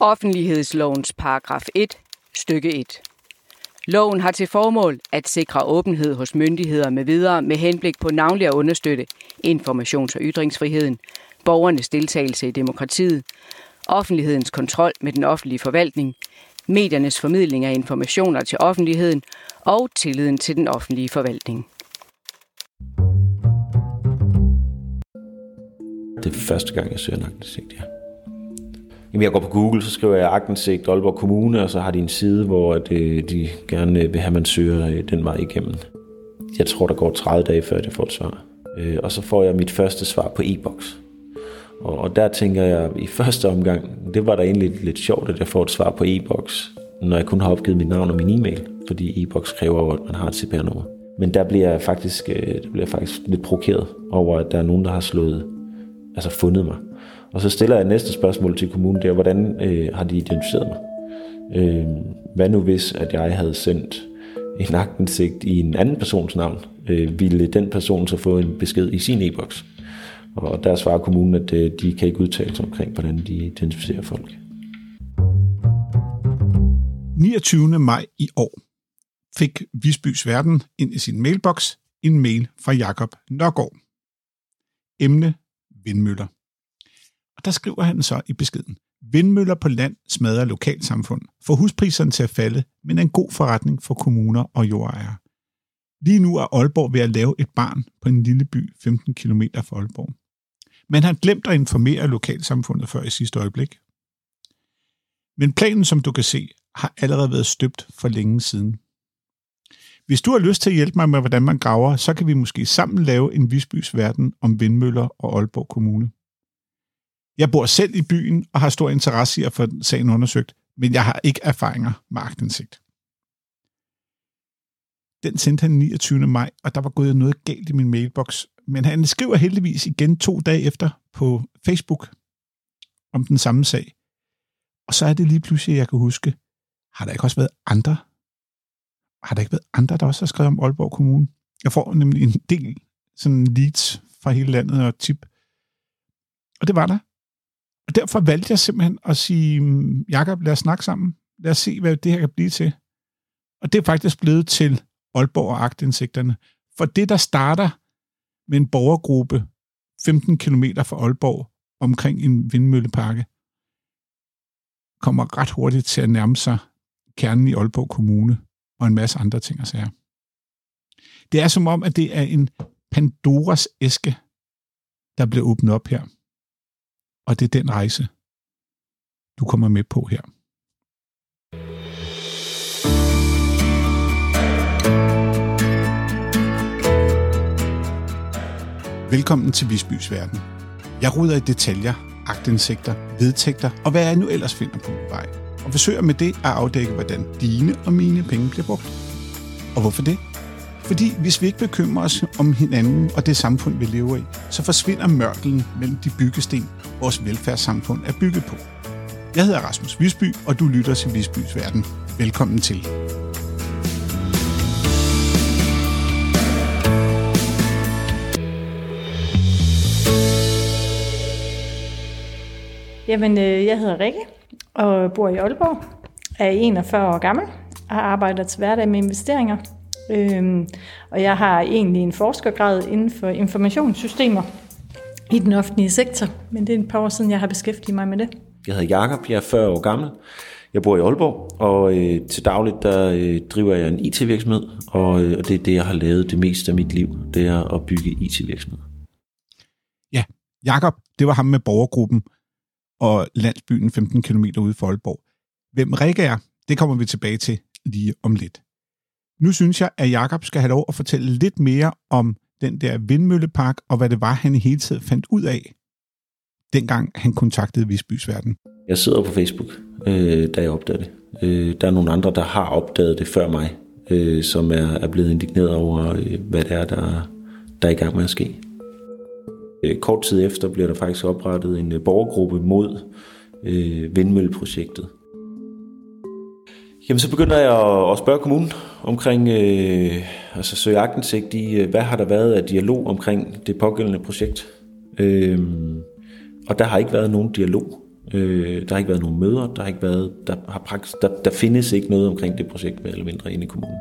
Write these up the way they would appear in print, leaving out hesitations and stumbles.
Offentlighedslovens paragraf 1, stykke 1. Loven har til formål at sikre åbenhed hos myndigheder med henblik på navnlig at understøtte informations- og ytringsfriheden, borgernes deltagelse i demokratiet, offentlighedens kontrol med den offentlige forvaltning, mediernes formidling af informationer til offentligheden og tilliden til den offentlige forvaltning. Det er første gang, jeg søger en aktindsigt, ja. Jamen, jeg går på Google, så skriver jeg aktindsigt Aalborg Kommune, og så har de en side, hvor de gerne vil have, man søger den vej igennem. Jeg tror, der går 30 dage, før jeg får et svar. Og så får jeg mit første svar på e-boks. Og der tænker jeg i første omgang, det var da egentlig lidt sjovt, at jeg får et svar på e-boks, når jeg kun har opgivet mit navn og min e-mail, fordi e-boks kræver jo, at man har et CPR-nummer. Men der bliver jeg faktisk lidt provokeret over, at der er nogen, der har fundet mig. Og så stiller jeg næste spørgsmål til kommunen, det er, hvordan har de identificeret mig? Hvad nu hvis, at jeg havde sendt en aktindsigt i en anden persons navn? Ville den person så få en besked i sin e-boks? Og der svarer kommunen, at de kan ikke udtale sig omkring, hvordan de identificerer folk. 29. maj i år fik Visbys Verden ind i sin mailbox en mail fra Jakob Nørgaard. Emne: vindmøller. Og der skriver han så i beskeden: vindmøller på land smadrer lokalsamfund, får huspriserne til at falde, men er en god forretning for kommuner og jordejere. Lige nu er Aalborg ved at lave et barn på en lille by 15 km fra Aalborg. Man har glemt at informere lokalsamfundet før i sidste øjeblik. Men planen, som du kan se, har allerede været støbt for længe siden. Hvis du har lyst til at hjælpe mig med, hvordan man graver, så kan vi måske sammen lave en Visbys Verden om vindmøller og Aalborg Kommune. Jeg bor selv i byen og har stor interesse i at få sagen undersøgt, men jeg har ikke erfaringer med aktindsigt. Den sendte han 29. maj, og der var gået noget galt i min mailbox. Men han skriver heldigvis igen 2 dage efter på Facebook om den samme sag. Og så er det lige pludselig, jeg kan huske, har der ikke også været andre? Har der ikke været andre, der også har skrevet om Aalborg Kommune? Jeg får nemlig en del sådan leads fra hele landet og tip. Og det var der. Og derfor valgte jeg simpelthen at sige, Jakob, lad os snakke sammen. Lad os se, hvad det her kan blive til. Og det er faktisk blevet til Aalborg og aktindsigterne. For det, der starter med en borgergruppe 15 km fra Aalborg omkring en vindmølleparke, kommer ret hurtigt til at nærme sig kernen i Aalborg Kommune og en masse andre ting og sager. Det er som om, at det er en Pandoras æske, der bliver åbnet op her. Og det er den rejse, du kommer med på her. Velkommen til Visbys Verden. Jeg ruder i detaljer, aktindsigter, vedtægter og hvad jeg nu ellers finder på min vej. Og forsøger med det at afdække, hvordan dine og mine penge bliver brugt. Og hvorfor det? Fordi hvis vi ikke bekymrer os om hinanden og det samfund, vi lever i, så forsvinder mørkelen mellem de byggesten, vores velfærdssamfund er bygget på. Jeg hedder Rasmus Visby, og du lytter til Visbys Verden. Velkommen til. Jamen, jeg hedder Rikke og bor i Aalborg, er 41 år gammel og arbejder til hverdag med investeringer. Og jeg har egentlig en forskergrad inden for informationssystemer i den offentlige sektor, men det er et par år siden, jeg har beskæftiget mig med det. Jeg hedder Jakob, jeg er 40 år gammel. Jeg bor i Aalborg, og til dagligt der driver jeg en IT-virksomhed, og det er det, jeg har lavet det meste af mit liv, det er at bygge IT-virksomhed. Ja, Jakob, det var ham med borgergruppen og landsbyen 15 km ude for Aalborg. Hvem Rikke er, det kommer vi tilbage til lige om lidt. Nu synes jeg, at Jakob skal have lov at fortælle lidt mere om den der vindmøllepark, og hvad det var, han i hele tiden fandt ud af, dengang han kontaktede Visbys Verden. Jeg sidder på Facebook, da jeg opdagede det. Der er nogle andre, der har opdaget det før mig, som er blevet indigneret over, hvad det er, der er i gang med at ske. Kort tid efter bliver der faktisk oprettet en borgergruppe mod vindmølleprojektet. Jamen, så begynder jeg at spørge kommunen omkring, søge aktindsigt i, hvad har der været af dialog omkring det pågældende projekt. Og der har ikke været nogen dialog. Der har ikke været nogen møder, der findes ikke noget omkring det projekt mere eller mindre inde i kommunen.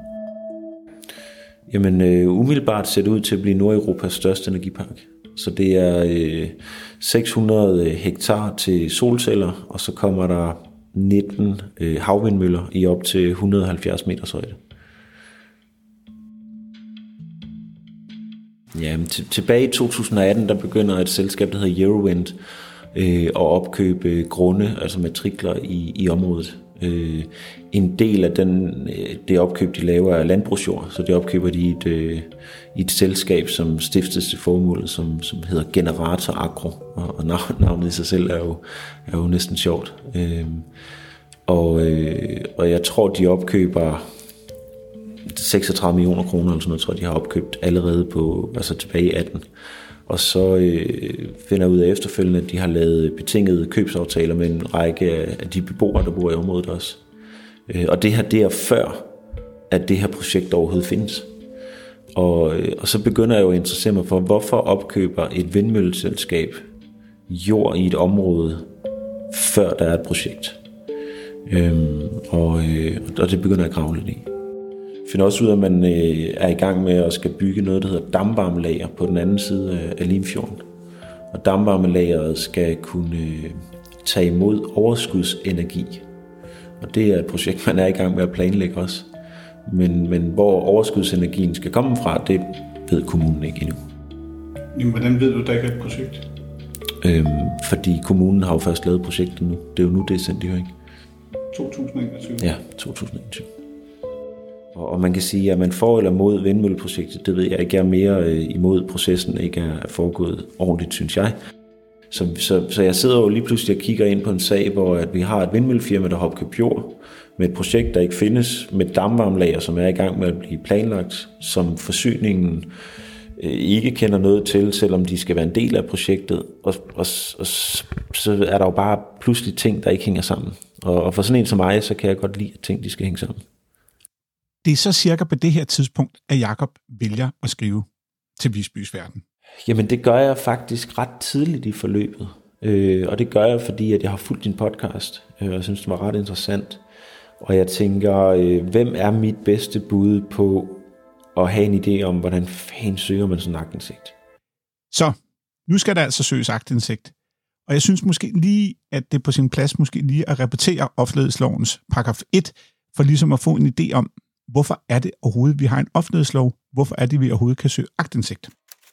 Jamen, umiddelbart ser det ud til at blive Nordeuropas største energipark. Så det er 600 hektar til solceller, og så kommer der 19 havvindmøller i op til 170 meters højde. Ja, tilbage i 2018, der begynder et selskab, der hedder Eurowind, at opkøbe grunde, altså matrikler i området. En del af det opkøb, de laver, er landbrugsjord, så det opkøber de i et selskab, som stiftes til formålet, som hedder Generator Agro, og navnet i sig selv er jo næsten sjovt. Og jeg tror, de opkøber 36 millioner kroner, eller sådan noget, tror jeg, de har opkøbt allerede tilbage i 18. Og så finder jeg ud af efterfølgende, at de har lavet betingede købsaftaler med en række af de beboere, der bor i området også. Og det her, det er før, at det her projekt overhovedet findes. Og så begynder jeg jo at interessere mig for, hvorfor opkøber et vindmølleselskab jord i et område, før der er et projekt. Og det begynder jeg at grave lidt i. Jeg finder også ud af, at man er i gang med at skal bygge noget, der hedder dampvarmelager på den anden side af Limfjorden. Og dampvarmelageret skal kunne tage imod overskudsenergi. Og det er et projekt, man er i gang med at planlægge også. Men hvor overskudsenergien skal komme fra, det ved kommunen ikke endnu. Jamen, hvordan ved du, der ikke er et projekt? Fordi kommunen har jo først lavet projektet nu. Det er jo nu, det er sendt i høring. 2021? Ja, 2021. Og man kan sige, at man for eller mod vindmølleprojektet, det ved jeg ikke, er mere imod processen, ikke er foregået ordentligt, synes jeg. Så jeg sidder jo lige pludselig og kigger ind på en sag, hvor at vi har et vindmøllefirma, der har opkøbt jord med et projekt, der ikke findes, med dampvarmelager, som er i gang med at blive planlagt, som forsyningen ikke kender noget til, selvom de skal være en del af projektet. Og så er der jo bare pludselig ting, der ikke hænger sammen. Og for sådan en som mig, så kan jeg godt lide, at ting de skal hænge sammen. Det er så cirka på det her tidspunkt, at Jakob vælger at skrive til Visbys Verden. Jamen det gør jeg faktisk ret tidligt i forløbet. Og det gør jeg, fordi at jeg har fulgt din podcast, og jeg synes, det var ret interessant. Og jeg tænker, hvem er mit bedste bud på at have en idé om, hvordan fanden søger man sådan en aktindsigt? Så, nu skal der altså søges aktindsigt. Og jeg synes måske lige, at det er på sin plads måske lige at repetere offentlighedslovens paragraf 1, for ligesom at få en idé om, hvorfor er det overhovedet, vi har en offentlighedslov? Hvorfor er det, vi overhovedet kan søge aktindsigt?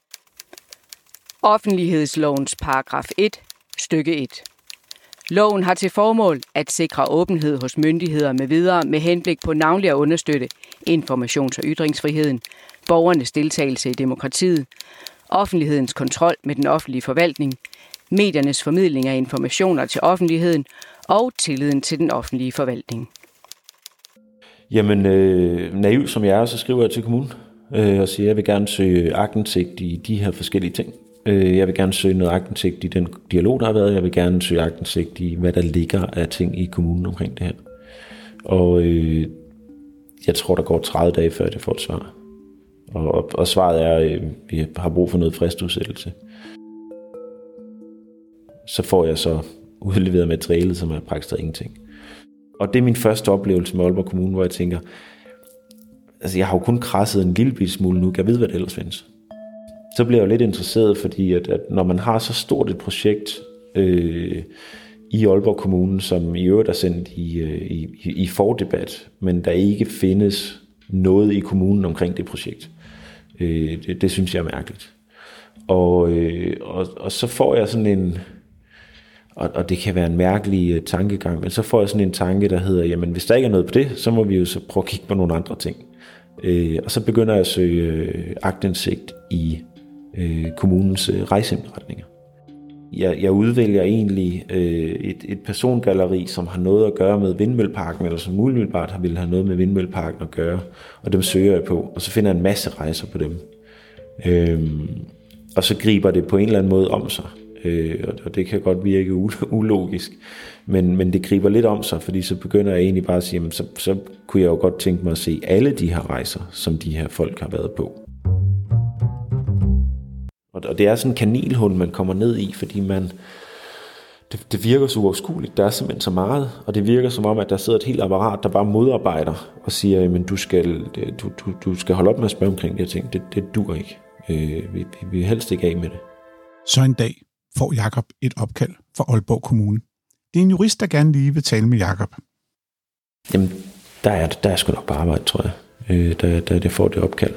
Offentlighedslovens paragraf 1, stykke 1. Loven har til formål at sikre åbenhed hos myndigheder med videre med henblik på navnlig at understøtte informations- og ytringsfriheden, borgernes deltagelse i demokratiet, offentlighedens kontrol med den offentlige forvaltning, mediernes formidling af informationer til offentligheden og tilliden til den offentlige forvaltning. Jamen, naiv som jeg er, så skriver jeg til kommunen og siger, at jeg vil gerne søge aktindsigt i de her forskellige ting. Jeg vil gerne søge noget aktindsigt i den dialog, der har været. Jeg vil gerne søge aktindsigt i, hvad der ligger af ting i kommunen omkring det her. Og jeg tror, der går 30 dage, før jeg får et svar. Og svaret er, at vi har brug for noget fristudsættelse. Så får jeg så udleveret materialet, som er praktisk ingenting. Og det er min første oplevelse med Aalborg Kommune, hvor jeg tænker, altså jeg har jo kun krasset en lille smule nu, jeg ved, hvad det ellers findes. Så bliver jeg jo lidt interesseret, fordi at når man har så stort et projekt i Aalborg Kommune, som i øvrigt er sendt i fordebat, men der ikke findes noget i kommunen omkring det projekt, det synes jeg er mærkeligt. Og så får jeg sådan en, og det kan være en mærkelig tankegang, men så får jeg sådan en tanke, der hedder, jamen hvis der ikke er noget på det, så må vi jo så prøve at kigge på nogle andre ting. Og så begynder jeg at søge aktindsigt i kommunens rejseindberetninger. Jeg udvælger egentlig et persongalleri, som har noget at gøre med Vindmølleparken, eller som muligvis vil have noget med Vindmølleparken at gøre, og dem søger jeg på, og så finder jeg en masse rejser på dem. Og så griber det på en eller anden måde om sig, og det kan godt virke ulogisk, men det griber lidt om sig, fordi så begynder jeg egentlig bare at sige, jamen, så kunne jeg jo godt tænke mig at se alle de her rejser, som de her folk har været på. Og det er sådan en kanelhul, man kommer ned i, fordi det virker så uoverskueligt. Der er simpelthen så meget, og det virker som om, at der sidder et helt apparat, der bare modarbejder og siger, men du skal holde op med at spørge omkring de her ting. Det duer ikke. Vi vil helst ikke af med det. Så en dag får Jakob et opkald fra Aalborg Kommune. Det er en jurist, der gerne lige vil tale med Jakob. Jamen, der er sgu nok på arbejde, tror jeg, da det får det opkald.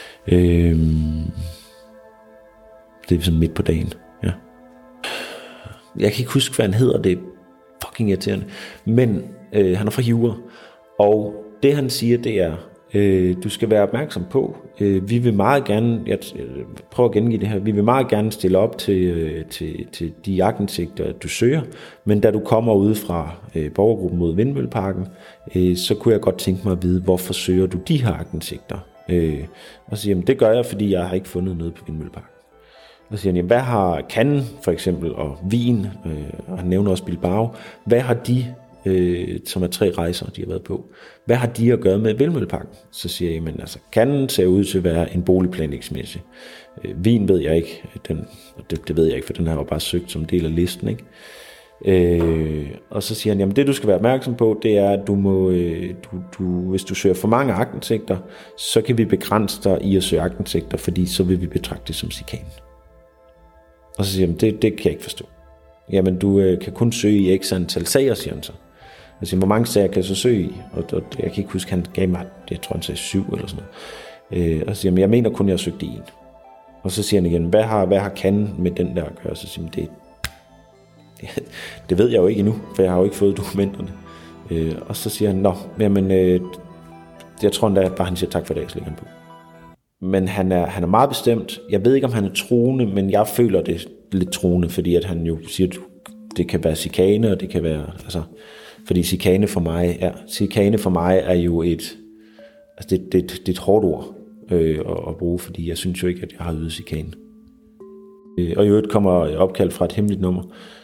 Det er sådan midt på dagen, ja. Jeg kan ikke huske, hvad han hedder, det er fucking irriterende. Men han er fra Jura, og det han siger, det er, du skal være opmærksom på, vi vil meget gerne, jeg prøver at gengive det her, vi vil meget gerne stille op til de aktindsigter, du søger, men da du kommer ud fra borgergruppen mod Vindmølleparken, så kunne jeg godt tænke mig at vide, hvorfor søger du de her aktindsigter? Og så siger han, det gør jeg, fordi jeg har ikke fundet noget på Vindmølleparken. Og så siger han, hvad har Cannes for eksempel, og Wien, og han nævner også Bilbao, hvad har de, som er 3 rejser, de har været på, hvad har de at gøre med Vindmølleparken? Så siger jeg, men altså, Cannes ser ud til at være en boligplanlægningsmæssig. Wien ved jeg ikke, det ved jeg ikke, for den har jo bare søgt som del af listen, ikke? Og så siger han, jamen det du skal være opmærksom på, det er, at du må, hvis du søger for mange aktindsigter, så kan vi begrænse dig i at søge aktindsigter, fordi så vil vi betragte det som chikane. Og så siger han, det kan jeg ikke forstå. Jamen du kan kun søge i x antal sager, siger han så. Jeg siger, hvor mange sager kan jeg så søge i? Og jeg kan ikke huske, han gav mig, jeg tror han sagde 7 eller sådan noget. Og så siger han, jeg mener kun, jeg har søgt i 1. Og så siger han igen, hvad har Cannes med den der at gøre? Så siger han, det ved jeg jo ikke endnu, for jeg har jo ikke fået dokumenterne. Og så siger han, jamen, jeg tror endda, bare han siger tak for det, så lægger han på. Men han er meget bestemt. Jeg ved ikke, om han er truende, men jeg føler det lidt truende, fordi at han jo siger, at det kan være chikane, og det kan være, altså, fordi chikane for mig er jo det er et hårdt ord at bruge, fordi jeg synes jo ikke, at jeg har ydet chikane. Og i øvrigt kommer opkald fra et hemmeligt nummer.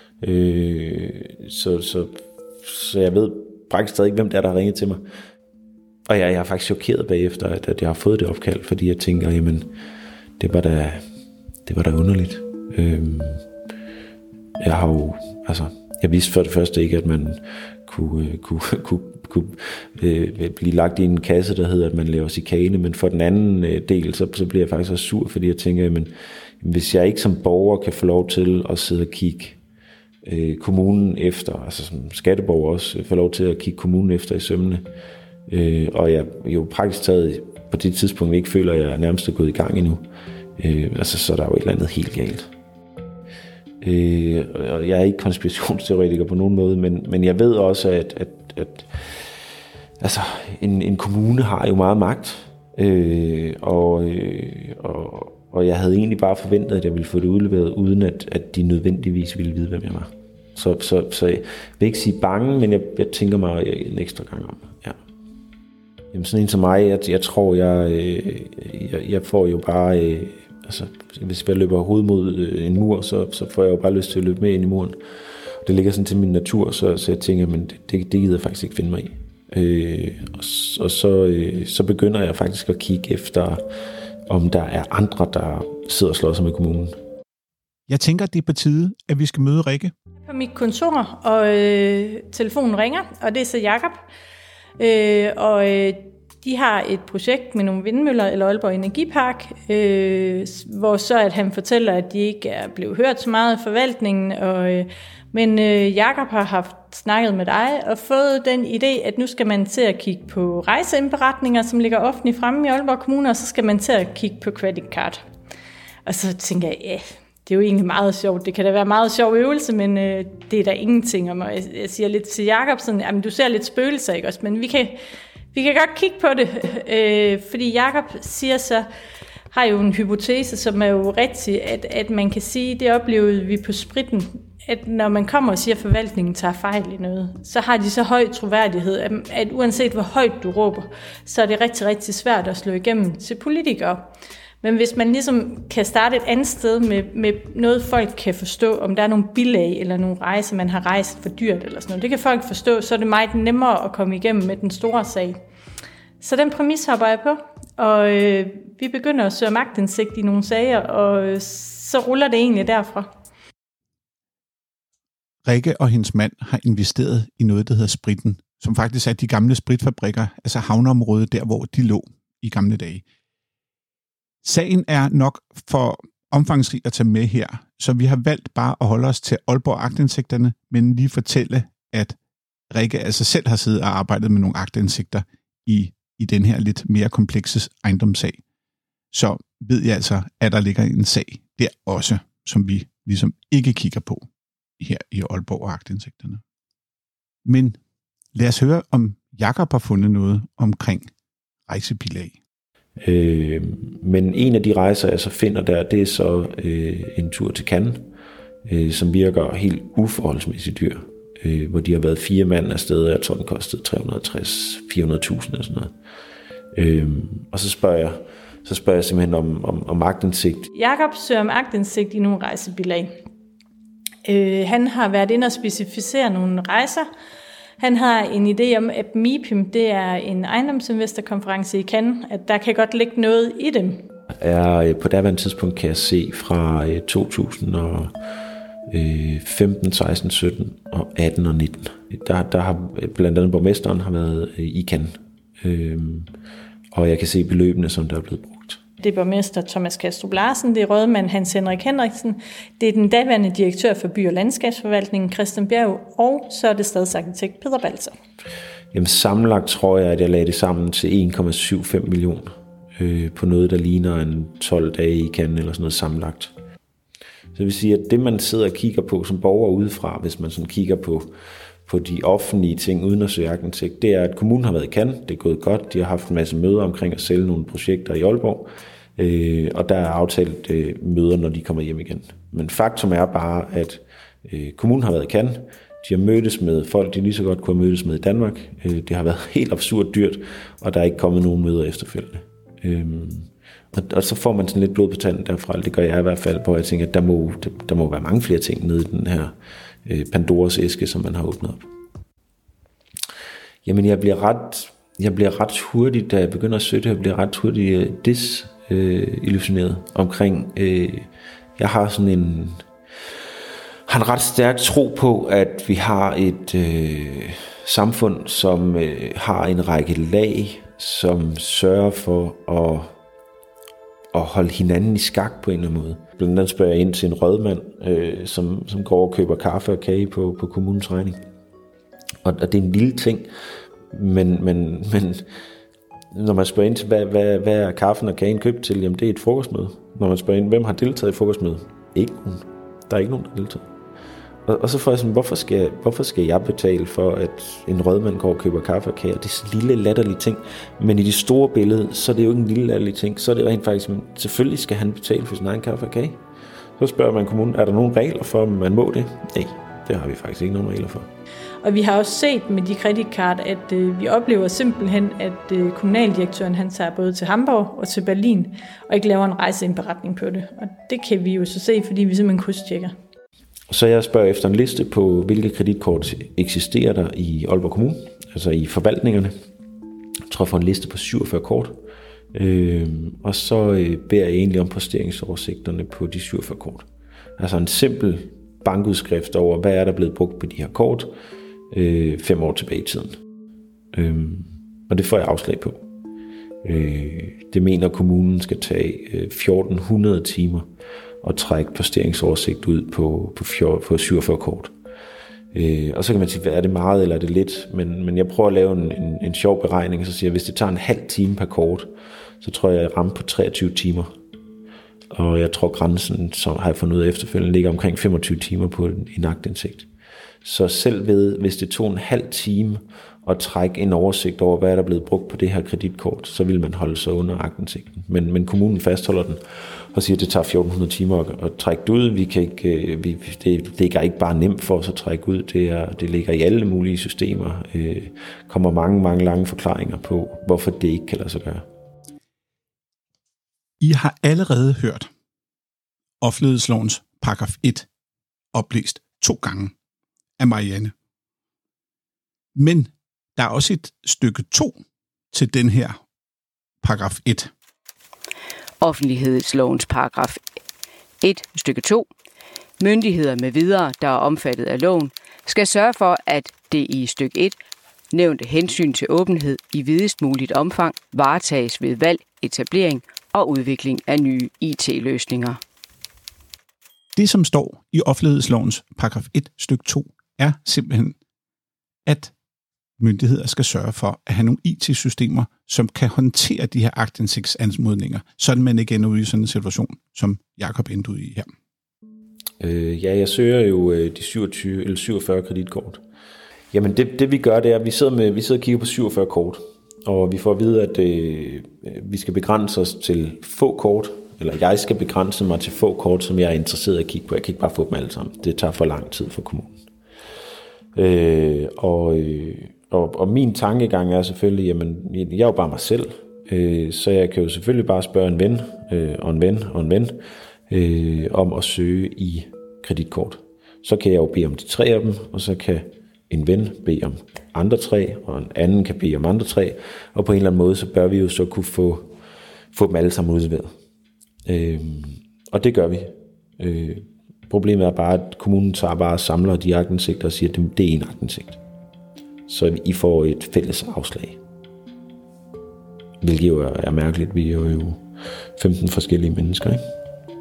Så jeg ved faktisk stadig ikke, hvem det er, der har ringet til mig. Og jeg er faktisk chokeret bagefter, at jeg har fået det opkald, fordi jeg tænker, jamen, det var da underligt. Jeg har jo, altså, jeg vidste for det første ikke, at man kunne blive lagt i en kasse, der hedder, at man laver chikane, men for den anden del, så bliver jeg faktisk også sur, fordi jeg tænker, jamen, hvis jeg ikke som borger kan få lov til at sidde og kigge kommunen efter, altså som skatteborger også, få lov til at kigge kommunen efter i sømmene, og jeg jo praktisk taget på det tidspunkt ikke føler, at jeg er nærmest gået i gang endnu, altså så er der jo et eller andet helt galt. Og jeg er ikke konspirationsteoretiker på nogen måde, men jeg ved også, at altså, en kommune har jo meget magt, og jeg havde egentlig bare forventet, at jeg ville få det udleveret, uden at de nødvendigvis ville vide, hvem jeg var. Så jeg vil ikke sige bange, men jeg tænker mig en ekstra gang om. Ja. Jamen sådan en som mig, jeg tror, jeg får jo bare, altså hvis jeg løber hovedet mod en mur, så får jeg jo bare lyst til at løbe med ind i muren. Det ligger sådan til min natur, så jeg tænker, men det gider jeg faktisk ikke finde mig i. Og så begynder jeg faktisk at kigge efter, om der er andre, der sidder og slår sig med kommunen. Jeg tænker, det er på tide, at vi skal møde Rikke. På mit kontor, og telefonen ringer, og det er så Jakob. De har et projekt med nogle vindmøller, eller Aalborg Energipark, hvor så at han fortæller, at de ikke er blevet hørt så meget af forvaltningen, men Jakob har haft snakket med dig og fået den idé, at nu skal man til at kigge på rejseindberetninger, som ligger offentligt fremme i Aalborg Kommune, og så skal man til at kigge på credit card. Og så tænker jeg, ja, det er jo egentlig meget sjovt. Det kan da være meget sjov øvelse, men det er der ingenting om. Og jeg siger lidt til Jakob sådan, jamen du ser lidt spøgelser, ikke også? Men vi kan godt kigge på det, fordi Jakob siger så, har jo en hypotese, som er jo rigtig, at man kan sige, det oplevede vi på spritten, at når man kommer og siger, at forvaltningen tager fejl i noget, så har de så høj troværdighed, at uanset hvor højt du råber, så er det rigtig, rigtig svært at slå igennem til politikere. Men hvis man ligesom kan starte et andet sted med noget, folk kan forstå, om der er nogle bilag eller nogle rejser, man har rejst for dyrt eller sådan noget, det kan folk forstå, så er det meget nemmere at komme igennem med den store sag. Så den præmis hopper jeg på, og vi begynder at søge magtindsigt i nogle sager, og så ruller det egentlig derfra. Rikke og hendes mand har investeret i noget, der hedder Spritten, som faktisk er de gamle spritfabrikker, altså havneområdet der, hvor de lå i gamle dage. Sagen er nok for omfangsrig at tage med her, så vi har valgt bare at holde os til Aalborg aktindsigterne, men lige fortælle, at Rikke altså selv har siddet og arbejdet med nogle aktindsigter i den her lidt mere komplekse ejendomssag. Så ved jeg altså, at der ligger en sag der også, som vi ligesom ikke kigger på her i Aalborg aktindsigterne. Men lad os høre, om Jakob har fundet noget omkring rejsebilag. Men en af de rejser, jeg så finder der, det er så en tur til Cannes, som virker helt uforholdsmæssigt dyr. Hvor de har været 4 mand afsted, og jeg tror, den kostede 360-400.000 eller sådan noget. Og så spørger jeg simpelthen om aktindsigt. Jakob søger om aktindsigt i nogle rejsebilag. Han har været inde og specificere nogle rejser. Han har en idé om, at MIPIM, det er en ejendomsinvestorkonference i Cannes, at der kan godt ligge noget i dem. På daværende tidspunkt kan jeg se fra 2015, 16, 17 og 18 og 19. Der har blandt andet borgmesteren har været i Cannes, og jeg kan se beløbene, som der er blevet brugt. Det er borgmester Thomas Kastrup Larsen, det er rådmand Hans Henrik Henriksen, det er den daværende direktør for by- og landskabsforvaltningen Christian Bjerg, og så er det stadsarkitekt Peter Balser. Jamen sammenlagt tror jeg, at jeg lagde det sammen til 1,75 millioner på noget, der ligner en 12 dage i Cannes eller sådan noget sammenlagt. Så det vil sige, at det man sidder og kigger på som borger udefra, hvis man sådan kigger på de offentlige ting uden at søge aktindsigt, det er, at kommunen har været i Cannes, det er gået godt, de har haft en masse møder omkring at sælge nogle projekter i Aalborg, og der er aftalt møder, når de kommer hjem igen. Men faktum er bare, at kommunen har været i Cannes, de har mødtes med folk, de lige så godt kunne have mødtes med i Danmark. Det har været helt absurd dyrt, og der er ikke kommet nogen møder efterfølgende. Og så får man sådan lidt blod på tanden derfra, det gør jeg i hvert fald, hvor jeg tænker, at der må være mange flere ting nede i den her Pandoras æske, som man har åbnet op. Jamen, jeg bliver ret hurtigt, da jeg begynder at søge det, jeg bliver ret hurtigt desillusioneret omkring, jeg har sådan en ret stærk tro på, at vi har et samfund, som har en række lag, som sørger for at holde hinanden i skak på en eller anden måde. Blandt andet spørger jeg ind til en rådmand, som går og køber kaffe og kage på kommunens regning. Og det er en lille ting, men når man spørger ind til, hvad er kaffen og kagen købt til, jamen det er et frokostmøde. Når man spørger ind, hvem har deltaget i frokostmødet? Ikke nogen. Der er ikke nogen, der har deltaget. Og så får jeg sådan, hvorfor skal jeg betale for, at en rådmand går og køber kaffe og kage? Det er sådan en lille latterlig ting. Men i det store billede, så er det jo ikke en lille latterlig ting. Så er det rent faktisk, selvfølgelig skal han betale for sin egen kaffe og kage. Så spørger man kommunen, er der nogle regler for, om man må det? Nej, det har vi faktisk ikke nogen regler for. Og vi har også set med de kreditkort, at vi oplever simpelthen, at kommunaldirektøren han tager både til Hamburg og til Berlin, og ikke laver en rejseindberetning på det. Og det kan vi jo så se, fordi vi simpelthen krydstjekker. Så jeg spørger efter en liste på, hvilke kreditkort eksisterer der i Aalborg Kommune, altså i forvaltningerne. Jeg tror, jeg får en liste på 47 kort. Og så beder jeg egentlig om posteringsoversigterne på de 47 kort. Altså en simpel bankudskrift over, hvad er der blevet brugt på de her kort 5 år tilbage i tiden. Og det får jeg afslag på. Det mener kommunen skal tage 1400 timer og trække posteringsoversigt ud på 47 kort. Og så kan man sige, er det meget eller er det lidt? Men jeg prøver at lave en sjov beregning, så siger jeg, hvis det tager en halv time per kort, så tror jeg rammer på 23 timer. Og jeg tror grænsen, som har jeg fundet ud af efterfølgende, ligger omkring 25 timer på en aktindsigt. Så selv hvis det tog en halv time at trække en oversigt over, hvad der er blevet brugt på det her kreditkort, så vil man holde sig under aktindsigten. Men kommunen fastholder den og siger, at det tager 1400 timer at trække det ud. Det ligger ikke bare nemt for os at trække ud. Det ligger i alle mulige systemer. Kommer mange lange forklaringer på, hvorfor det ikke kan lade sig gøre. I har allerede hørt offentlighedslovens paragraf 1 oplæst 2 gange af Marianne. Men der er også et stykke 2 til den her paragraf 1. Offentlighedslovens paragraf 1 stykke 2. Myndigheder med videre, der er omfattet af loven, skal sørge for, at det i stykke 1 nævnte hensyn til åbenhed i videst muligt omfang varetages ved valg, etablering og udvikling af nye IT-løsninger. Det, som står i offentlighedslovens paragraf 1 stykke 2, er simpelthen, at myndigheder skal sørge for at have nogle IT-systemer, som kan håndtere de her aktindsigtsanmodninger, sådan man ikke ender ude i sådan en situation, som Jakob endte ud i her. Ja, jeg søger jo de 27 eller 47 kreditkort. Jamen det vi gør, det er, at vi sidder og kigger på 47 kort, og vi får at vide, at vi skal begrænse os til få kort, eller jeg skal begrænse mig til få kort, som jeg er interesseret i at kigge på. Jeg kan ikke bare få dem alle sammen. Det tager for lang tid for kommunen. Og min tankegang er selvfølgelig, jamen, jeg er jo bare mig selv, så jeg kan jo selvfølgelig bare spørge en ven, og en ven, om at søge i kreditkort. Så kan jeg jo bede om de 3 af dem, og så kan en ven bede om andre 3, og en anden kan bede om andre 3, og på en eller anden måde, så bør vi jo så kunne få dem alle sammen udleveret. Og det gør vi. Problemet er bare, at kommunen tager bare og samler de aktindsigter og siger, at det er en aktindsigt. Så I får et fælles afslag. Hvilket jo er mærkeligt. Vi er jo 15 forskellige mennesker, ikke?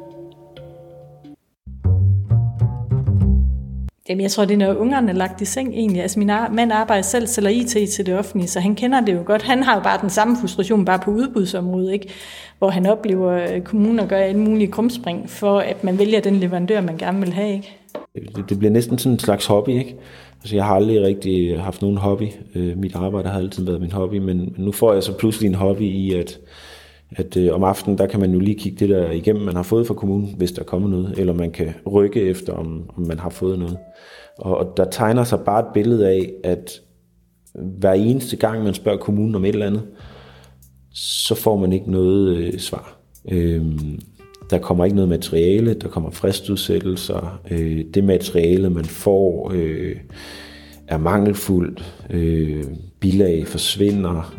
Jamen, jeg tror, det er, når ungerne er lagt i seng egentlig. Altså, min mand arbejder selv, sælger IT til det offentlige, så han kender det jo godt. Han har jo bare den samme frustration, bare på udbudsområdet, ikke? Hvor han oplever, at kommuner gør alle mulige krumspring for, at man vælger den leverandør, man gerne vil have, ikke? Det bliver næsten sådan en slags hobby, ikke? Altså, jeg har aldrig rigtig haft nogen hobby. Mit arbejde har altid været min hobby, men nu får jeg så pludselig en hobby i, at om aftenen, der kan man jo lige kigge det der igennem, man har fået fra kommunen, hvis der kommer noget, eller man kan rykke efter, om man har fået noget. Og der tegner sig bare et billede af, at hver eneste gang, man spørger kommunen om et eller andet, så får man ikke noget svar. Der kommer ikke noget materiale, der kommer fristudsættelser. Det materiale, man får, er mangelfuldt. Bilag forsvinder.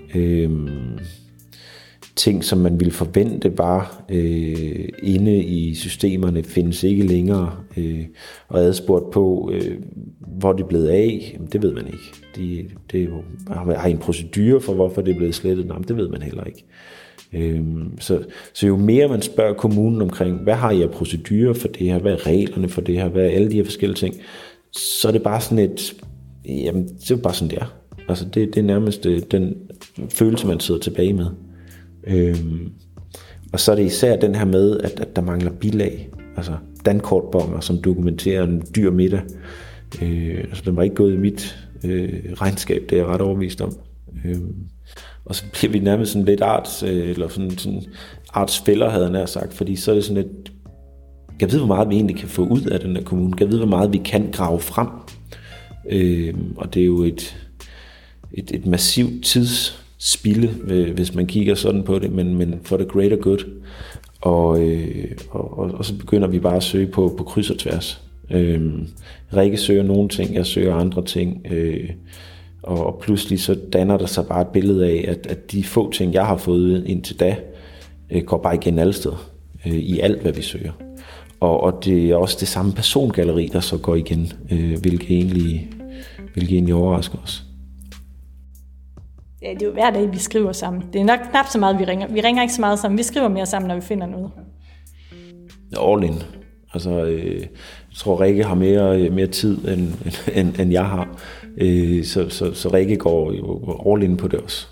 Ting, som man ville forvente var inde i systemerne, findes ikke længere. Og adspurgt på, hvor det er blevet af, det ved man ikke. Det er jo, har I en procedure for, hvorfor det er blevet slettet? Nej, det ved man heller ikke. Så jo mere man spørger kommunen omkring, hvad har I af procedurer for det her, hvad er reglerne for det her, hvad er alle de her forskellige ting, så er det bare sådan jamen det er bare sådan det er. Altså det er nærmest den følelse, man sidder tilbage med. Og så er det især den her med, at der mangler bilag, altså dankortbonger, som dokumenterer en dyr middag. Altså den var ikke gået i mit regnskab, det er jeg ret overbevist om. Og så bliver vi nærmest sådan lidt artsfælder, havde jeg nær sagt, fordi så er det sådan lidt, jeg ved, hvor meget vi egentlig kan få ud af den her kommune, jeg ved, hvor meget vi kan grave frem, og det er jo et massivt tidsspilde, hvis man kigger sådan på det, men for the greater good, og så begynder vi bare at søge på kryds og tværs. Rikke søger nogle ting, jeg søger andre ting, og pludselig så danner der sig bare et billede af, at de få ting, jeg har fået indtil da, går bare igen alle steder, i alt, hvad vi søger. Og det er også det samme persongalleri, der så går igen, hvilket egentlig overrasker os. Ja, det er jo hver dag, vi skriver sammen. Det er nok knap så meget, vi ringer. Vi ringer ikke så meget sammen. Vi skriver mere sammen, når vi finder noget. All in. Altså, jeg tror, Rikke har mere tid, end jeg har. Så Rikke går all in på det også.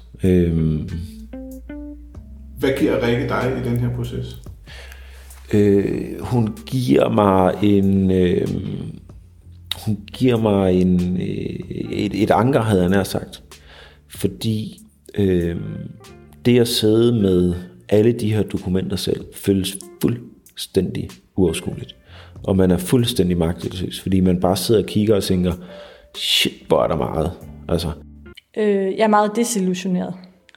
Hvad giver Rikke dig i den her proces? Hun giver mig et anker, havde jeg nær sagt. Fordi det at sidde med alle de her dokumenter selv, føles fuldstændig uoverskueligt. Og man er fuldstændig magtesløs, fordi man bare sidder og kigger og tænker, shit, hvor er der meget. Altså. Jeg er meget desillusioneret.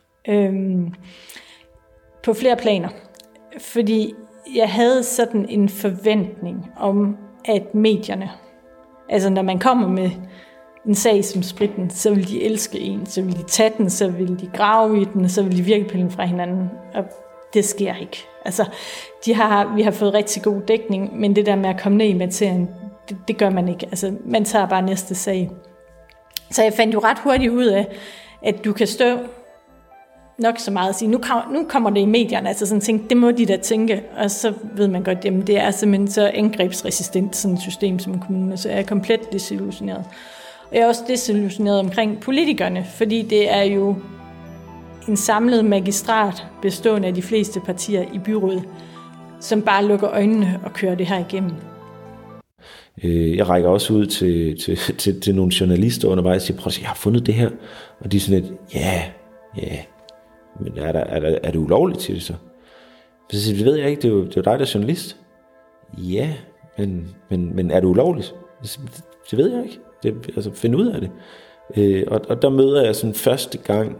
På flere planer. Fordi jeg havde sådan en forventning om, at medierne, altså når man kommer med en sag som Spritten, så vil de elske en, så vil de tage den, så vil de grave i den, så vil de virkelig pille den fra hinanden. Og det sker ikke. Altså, vi har fået rigtig god dækning, men det der med at komme ned i materien, det gør man ikke. Altså, man tager bare næste sag. Så jeg fandt jo ret hurtigt ud af, at du kan stå nok så meget at sige, nu kommer det i medierne, altså sådan tænke, det må de da tænke, og så ved man godt, jamen det er simpelthen så angrebsresistent sådan et system som en kommune, så jeg er komplet desillusioneret. Og jeg er også desillusioneret omkring politikerne, fordi det er jo en samlet magistrat bestående af de fleste partier i byrådet, som bare lukker øjnene og kører det her igennem. Jeg rækker også ud til nogle journalister undervejs og siger, prøv at se, jeg har fundet det her. Og de er sådan lidt, ja, men er det ulovligt, siger de så? Så siger de, det ved jeg ikke, det er jo dig, der er journalist. Ja, men er det ulovligt? Det ved jeg ikke. Altså, find ud af det. Og der møder jeg sådan første gang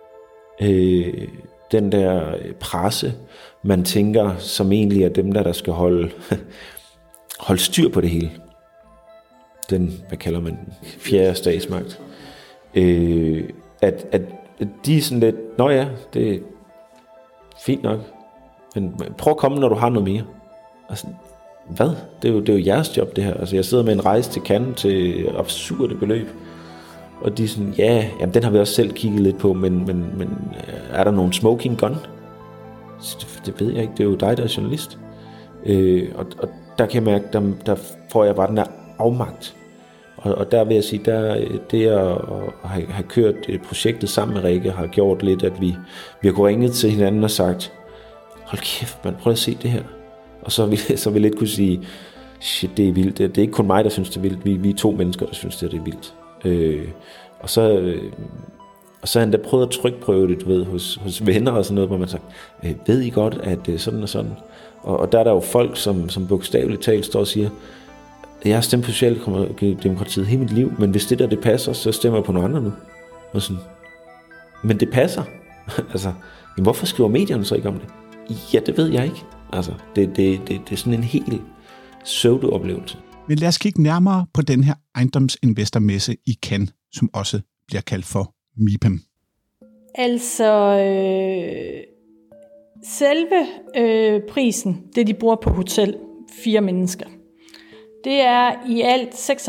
den der presse, man tænker, som egentlig er dem, der skal holde styr på det hele. Den, hvad kalder man den, fjerde statsmagt. At de er sådan lidt, nå ja, det er fint nok, men prøv at komme, når du har noget mere. Altså, hvad? Det er jo jeres job, det her. Altså, jeg sidder med en rejse til Cannes til absurde beløb, og de er sådan, ja, jamen, den har vi også selv kigget lidt på, men er der nogen smoking gun? Det ved jeg ikke, det er jo dig, der er journalist. Og der kan jeg mærke, der får jeg bare den der afmagt. Og der vil jeg sige, det at have kørt projektet sammen med Rikke, har gjort lidt, at vi har kunnet ringe til hinanden og sagt, hold kæft, man, prøv at se det her. Og så vil lidt kunne sige, shit, det er vildt. Det er ikke kun mig, der synes, det er vildt. Vi er 2 mennesker, der synes, det er vildt. Og så har han da prøvet at trykprøve det, du ved, hos venner og sådan noget, hvor man sagt, ved I godt, at sådan og sådan. Og der er der jo folk, som bogstaveligt talt står og siger, jeg har stemt på Socialdemokratiet hele mit liv, men hvis det der det passer, så stemmer jeg på nogle andre nu. Og sådan, men det passer. Altså, jamen, hvorfor skriver medierne så ikke om det? Ja, det ved jeg ikke. Altså, det er sådan en helt pseudo-oplevelse. Men lad os kigge nærmere på den her ejendomsinvestormesse i Cannes, som også bliver kaldt for MIPEM. Altså, selve prisen, det de bruger på hotel, 4 mennesker, det er i alt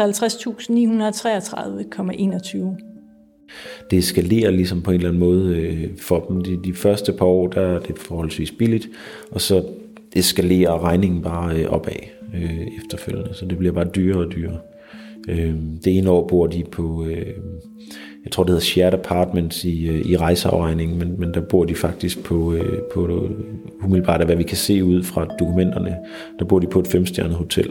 56.933,21. Det eskalerer ligesom på en eller anden måde for dem. De første par år, der er det forholdsvis billigt, og så eskalerer regningen bare opad efterfølgende, så det bliver bare dyrere og dyrere. Det ene år bor de på, jeg tror det hedder shared apartments i rejseafregningen, men der bor de faktisk på umiddelbart af hvad vi kan se ud fra dokumenterne, der bor de på et 5-stjernet hotel.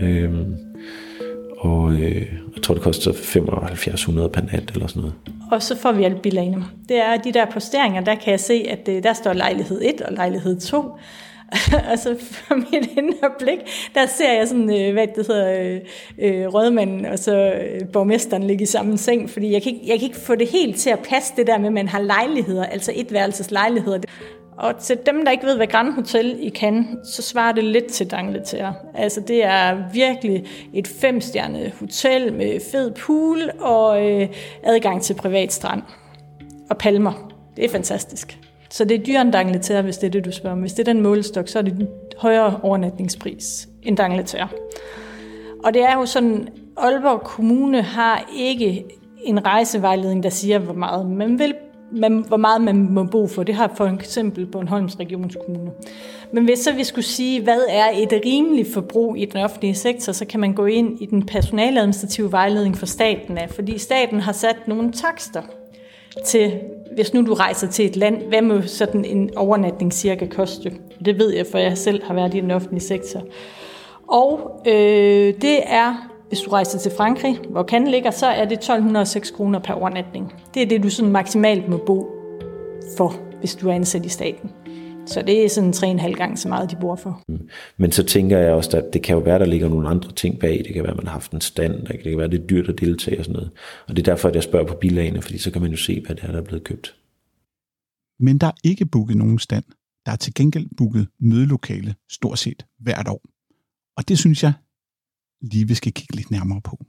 Og jeg tror det koster 7500 per nat eller sådan noget. Og så får vi alle bilagene. Det er de der posteringer, der kan jeg se, at der står lejlighed 1 og lejlighed 2. Og så for mit indre blik, der ser jeg sådan, hvad det hedder, rådmanden og så borgmesteren ligge i samme seng, fordi jeg kan ikke få det helt til at passe det der med, at man har lejligheder, altså etværelses lejligheder. Og til dem, der ikke ved, hvad Grand Hotel i Cannes, så svarer det lidt til d'Angleterre. Altså det er virkelig et 5-stjernet hotel med fed pool og adgang til privat strand og palmer. Det er fantastisk. Så det er dyrere end d'Angleterre, hvis det er det, du spørger om. Hvis det er den målestok, så er det en højere overnatningspris end d'Angleterre. Og det er jo sådan, Aalborg Kommune har ikke en rejsevejledning, der siger, hvor meget man må bo for. Det har for eksempel Bornholms Regionskommune. Men hvis så vi skulle sige, hvad er et rimeligt forbrug i den offentlige sektor, så kan man gå ind i den personaladministrative vejledning for staten af, fordi staten har sat nogle takster til, hvis nu du rejser til et land, hvad må sådan en overnatning cirka koste? Det ved jeg, for jeg selv har været i den offentlige sektor. Og det er, hvis du rejser til Frankrig, hvor Cannes ligger, så er det 1206 kroner per overnatning. Det er det, du sådan maksimalt må bo for, hvis du er ansat i staten. Så det er sådan 3,5 gange så meget, de bor for. Men så tænker jeg også, at det kan jo være, der ligger nogle andre ting bag. Det kan være, at man har haft en stand. Det kan være, det er dyrt at deltage og sådan noget. Og det er derfor, at jeg spørger på bilagene, fordi så kan man jo se, hvad det er, der er blevet købt. Men der er ikke booket nogen stand. Der er til gengæld booket mødelokale stort set hvert år. Og det synes jeg lige vi skal kigge lidt nærmere på.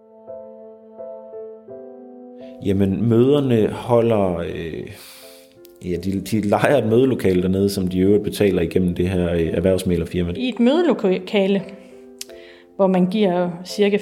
Jamen, møderne holder Ja, de lejer et mødelokale dernede, som de øvrigt betaler igennem det her erhvervsmæglerfirma. I et mødelokale, hvor man giver cirka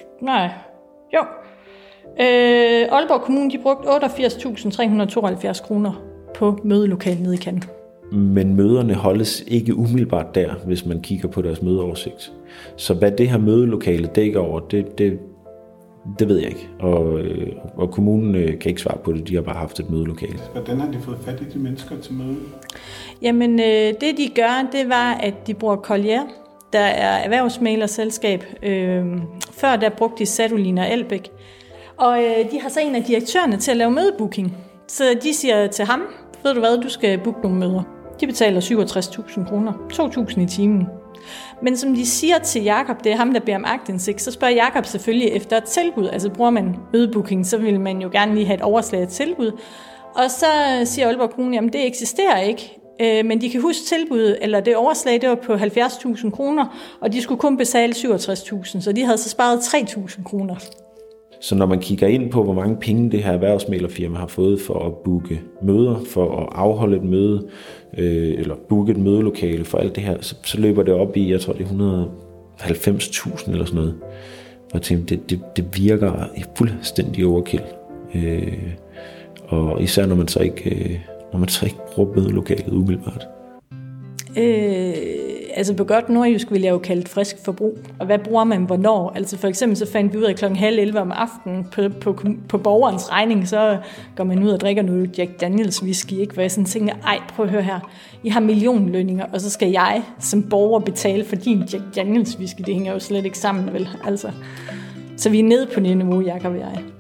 Aalborg Kommune, de brugte 88.372 kroner på mødelokalet nede i Cannes. Men møderne holdes ikke umiddelbart der, hvis man kigger på deres mødeoversigt. Så hvad det her mødelokale dækker over, det ved jeg ikke. Og kommunen kan ikke svare på det. De har bare haft et mødelokale. Hvordan har de fået fat i de mennesker til møde? Jamen, det de gør, det var, at de bruger Collier, der er erhvervsmæglerselskab. Før der brugte de Sadolin og Elbæk. Og de har så en af direktørerne til at lave mødebooking. Så de siger til ham, ved du hvad, du skal booke nogle møder. De betaler 67.000 kroner, 2.000 i timen. Men som de siger til Jakob, det er ham, der beder om aktindsigt, så spørger Jakob selvfølgelig efter et tilbud. Altså bruger man mødebooking, så vil man jo gerne lige have et overslag af tilbud. Og så siger Aalborg Kommune, jamen det eksisterer ikke. Men de kan huske tilbuddet, eller det overslag, det var på 70.000 kroner, og de skulle kun betale 67.000, så de havde så sparet 3.000 kroner. Så når man kigger ind på, hvor mange penge det her erhvervsmæglerfirma har fået for at booke møder, for at afholde et møde, eller booke et mødelokale for alt det her, så løber det op i, jeg tror det er 190.000 eller sådan noget. Og jeg tænkte, det virker fuldstændig overkill. Og især når man så ikke bruger mødelokalet umiddelbart. Altså på godt nordjysk vil jeg jo kalde det frisk forbrug. Og hvad bruger man hvornår? Altså for eksempel så fandt vi ud af 10:30 om aftenen på borgerens regning, så går man ud og drikker noget Jack Daniels whisky, ikke? Hvor jeg sådan tænker, prøv at høre her, I har millionlønninger, og så skal jeg som borger betale for din Jack Daniels whisky. Det hænger jo slet ikke sammen, vel? Altså. Så vi er nede på det niveau, Jakob og jeg.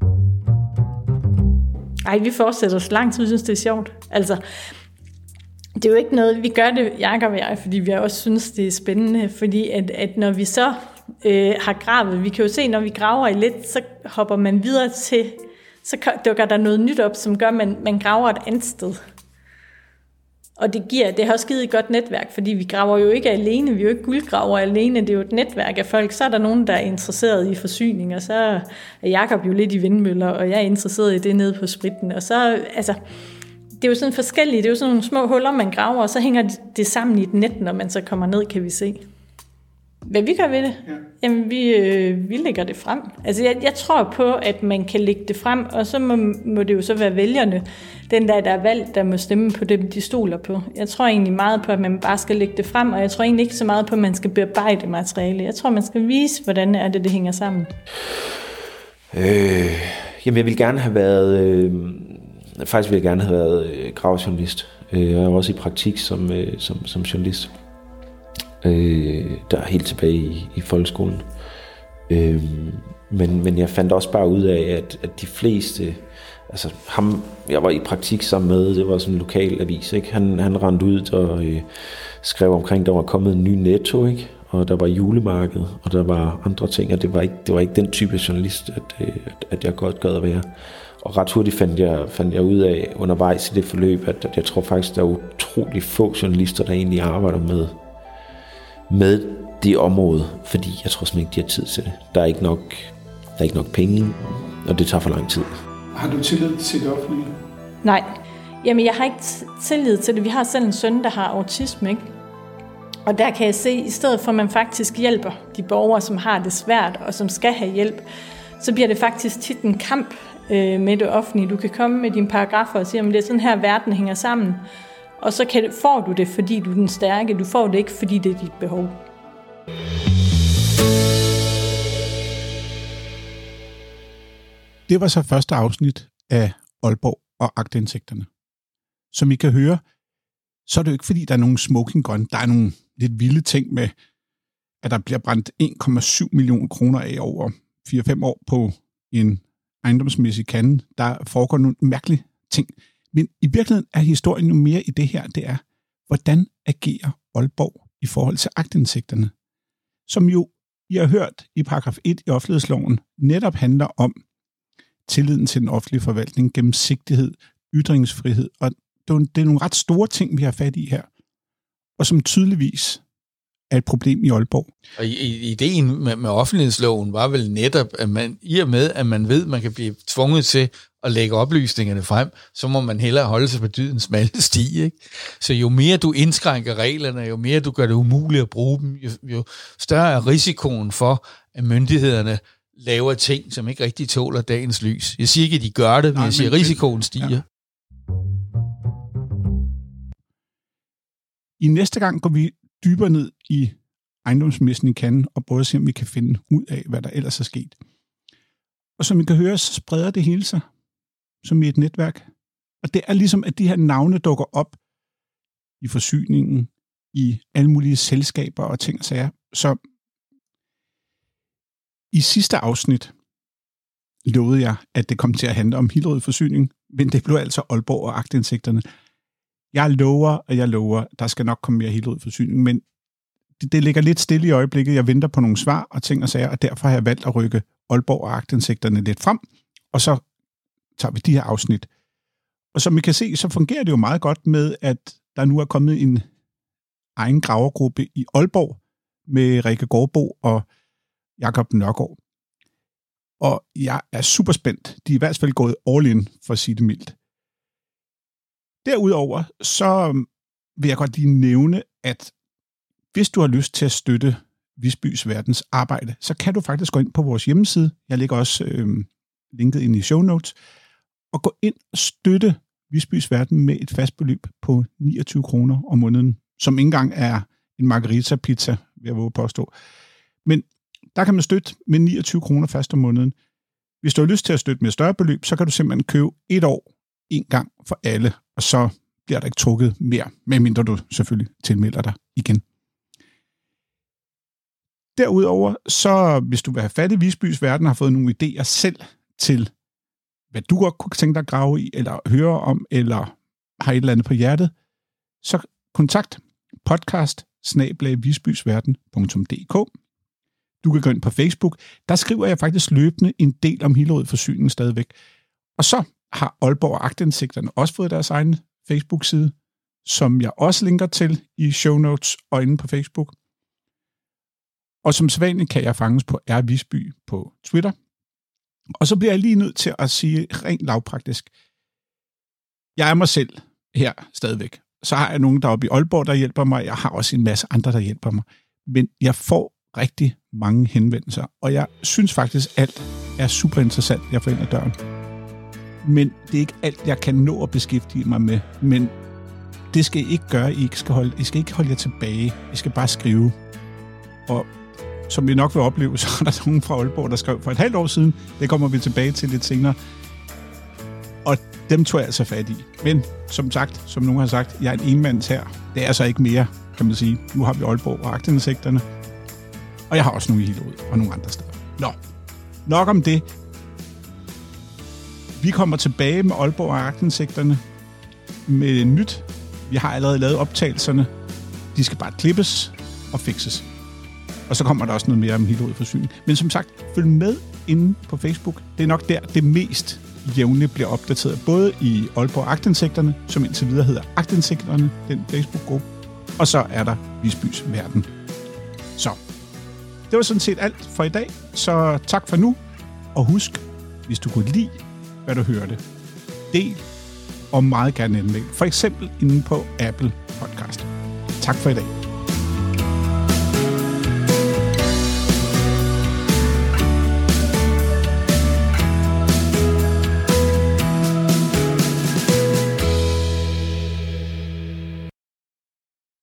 Vi fortsætter så lang tid, synes det er sjovt. Altså, det er jo ikke noget, vi gør det, Jakob og jeg, fordi vi også synes, det er spændende, fordi at når vi så har gravet, vi kan jo se, når vi graver i lidt, så hopper man videre til, så dukker der noget nyt op, som gør, at man graver et andet sted. Og det har også givet et godt netværk, fordi vi graver jo ikke alene, vi er jo ikke guldgraver alene, det er jo et netværk af folk. Så er der nogen, der er interesseret i forsyning, og så er Jakob jo lidt i vindmøller, og jeg er interesseret i det nede på spritten, og så, altså, det er jo sådan forskelligt, det er jo sådan nogle små huller, man graver, og så hænger det sammen i et net, når man så kommer ned, kan vi se. Hvad vi gør ved det? Ja. Jamen, vi lægger det frem. Altså, jeg tror på, at man kan lægge det frem, og så må det jo så være vælgerne, den der er valgt, der må stemme på dem, de stoler på. Jeg tror egentlig meget på, at man bare skal lægge det frem, og jeg tror egentlig ikke så meget på, at man skal bearbejde materiale. Jeg tror, man skal vise, hvordan er det hænger sammen. Jamen, jeg vil gerne have været... Faktisk ville jeg gerne have været gravejournalist. Jeg er også i praktik som journalist. Der er helt tilbage i folkeskolen. Men jeg fandt også bare ud af, at de fleste... Altså ham, jeg var i praktik sammen med, det var sådan en lokal avis, ikke? Han rendte ud og skrev omkring, der var kommet en ny Netto, ikke? Og der var julemarked, og der var andre ting, og det var ikke den type journalist, at jeg godt gad at være. Og ret hurtigt fandt jeg ud af undervejs i det forløb, at jeg tror faktisk, der er utrolig få journalister, der egentlig arbejder med det område, fordi jeg tror simpelthen ikke, de har tid til det. Der er ikke nok penge, og det tager for lang tid. Har du tillid til det offentlige? Nej. Jamen, jeg har ikke tillid til det. Vi har selv en søn, der har autisme, ikke? Og der kan jeg se, at i stedet for, at man faktisk hjælper de borgere, som har det svært, og som skal have hjælp, så bliver det faktisk tit en kamp med det offentlige. Du kan komme med dine paragrafer og sige, at det er sådan her, verden hænger sammen. Og så får du det, fordi du er den stærke. Du får det ikke, fordi det er dit behov. Det var så første afsnit af Aalborg og aktindsigterne. Som I kan høre, så er det jo ikke, fordi der er nogen smoking gun. Der er nogle lidt vilde ting med, at der bliver brændt 1,7 millioner kroner af over 4-5 år på en ejendomsmæssig kande. Der foregår nogle mærkelige ting. Men i virkeligheden er historien jo mere i det her. Det er, hvordan agerer Aalborg i forhold til aktindsigterne? Som jo, I har hørt i paragraf 1 i offentlighedsloven, netop handler om tilliden til den offentlige forvaltning, gennemsigtighed, ytringsfrihed. Og det er nogle ret store ting, vi har fat i her. Og som tydeligvis er et problem i Aalborg. Og ideen med offentlighedsloven var vel netop, at man i og med, at man ved, at man kan blive tvunget til at lægge oplysningerne frem, så må man hellere holde sig på dydens smalle sti, ikke? Så jo mere du indskrænker reglerne, jo mere du gør det umuligt at bruge dem, jo større er risikoen for, at myndighederne laver ting, som ikke rigtig tåler dagens lys. Jeg siger ikke, at de gør det, men jeg siger, at risikoen stiger. Ja. I næste gang går vi dybere ned i ejendomsmessen i Cannes og prøver at se, om vi kan finde ud af, hvad der ellers er sket. Og som I kan høre, så spreder det hele sig som i et netværk. Og det er ligesom, at de her navne dukker op i forsyningen, i alle mulige selskaber og ting og sager. Så i sidste afsnit lovede jeg, at det kom til at handle om Hillerød Forsyning, men det blev altså Aalborg og aktindsigterne. Jeg lover, der skal nok komme mere Hillerød Forsyning, men det ligger lidt stille i øjeblikket. Jeg venter på nogle svar og ting og sager, og derfor har jeg valgt at rykke Aalborg og aktindsigterne lidt frem, og så tager vi de her afsnit. Og som I kan se, så fungerer det jo meget godt med, at der nu er kommet en egen gravergruppe i Aalborg med Rikke Gårdbo og Jakob Nørgaard. Og jeg er super spændt. De er i hvert fald gået all in, for at sige det mildt. Derudover så vil jeg godt lige nævne, at hvis du har lyst til at støtte Visbys Verdens arbejde, så kan du faktisk gå ind på vores hjemmeside. Jeg lægger også linket ind i show notes. Og gå ind og støtte Visbys Verden med et fast beløb på 29 kroner om måneden, som ikke engang er en margarita-pizza, vil jeg våge påstå. Men der kan man støtte med 29 kroner fast om måneden. Hvis du har lyst til at støtte med et større beløb, så kan du simpelthen købe 1 år en gang for alle, og så bliver der ikke trukket mere, medmindre du selvfølgelig tilmelder dig igen. Derudover, så hvis du vil have fat i Visbys Verden, har fået nogle idéer selv til, hvad du godt kunne tænke dig at grave i, eller høre om, eller har et eller andet på hjertet, så kontakt podcast@visbysverden.dk. Du kan gå ind på Facebook. Der skriver jeg faktisk løbende en del om Hillerød Forsyning stadigvæk. Og så har Aalborg og aktindsigterne også fået deres egen Facebook-side, som jeg også linker til i show notes og inde på Facebook. Og som sædvanligt kan jeg fanges på @visby på Twitter. Og så bliver jeg lige nødt til at sige rent lavpraktisk. Jeg er mig selv her stadigvæk. Så har jeg nogen deroppe i Aalborg, der hjælper mig. Jeg har også en masse andre, der hjælper mig. Men jeg får rigtig mange henvendelser. Og jeg synes faktisk, alt er super interessant, jeg får ind ad døren. Men det er ikke alt, jeg kan nå at beskæftige mig med. Men det skal I ikke gøre. I skal ikke holde jer tilbage. I skal bare skrive. Og som vi nok vil opleve, så er der nogen fra Aalborg, der skrev for et halvt år siden. Det kommer vi tilbage til lidt senere. Og dem tog jeg altså fat i. Men som sagt, som nogen har sagt, jeg er en enmands her. Det er altså ikke mere, kan man sige. Nu har vi Aalborg og aktindsigterne. Og jeg har også nogle i Hillerød og nogle andre steder. Nok om det. Vi kommer tilbage med Aalborg og aktindsigterne med nyt. Vi har allerede lavet optagelserne. De skal bare klippes og fikses. Og så kommer der også noget mere om Hillerød Forsyning. Men som sagt, følg med inde på Facebook. Det er nok der, det mest jævnligt bliver opdateret. Både i Aalborg aktindsigterne, som indtil videre hedder Aktindsigterne, den Facebook-gruppe. Og så er der Visbys Verden. Så det var sådan set alt for i dag. Så tak for nu. Og husk, hvis du kunne lide, hvad du hørte, del og meget gerne anmeld. For eksempel inde på Apple Podcast. Tak for i dag.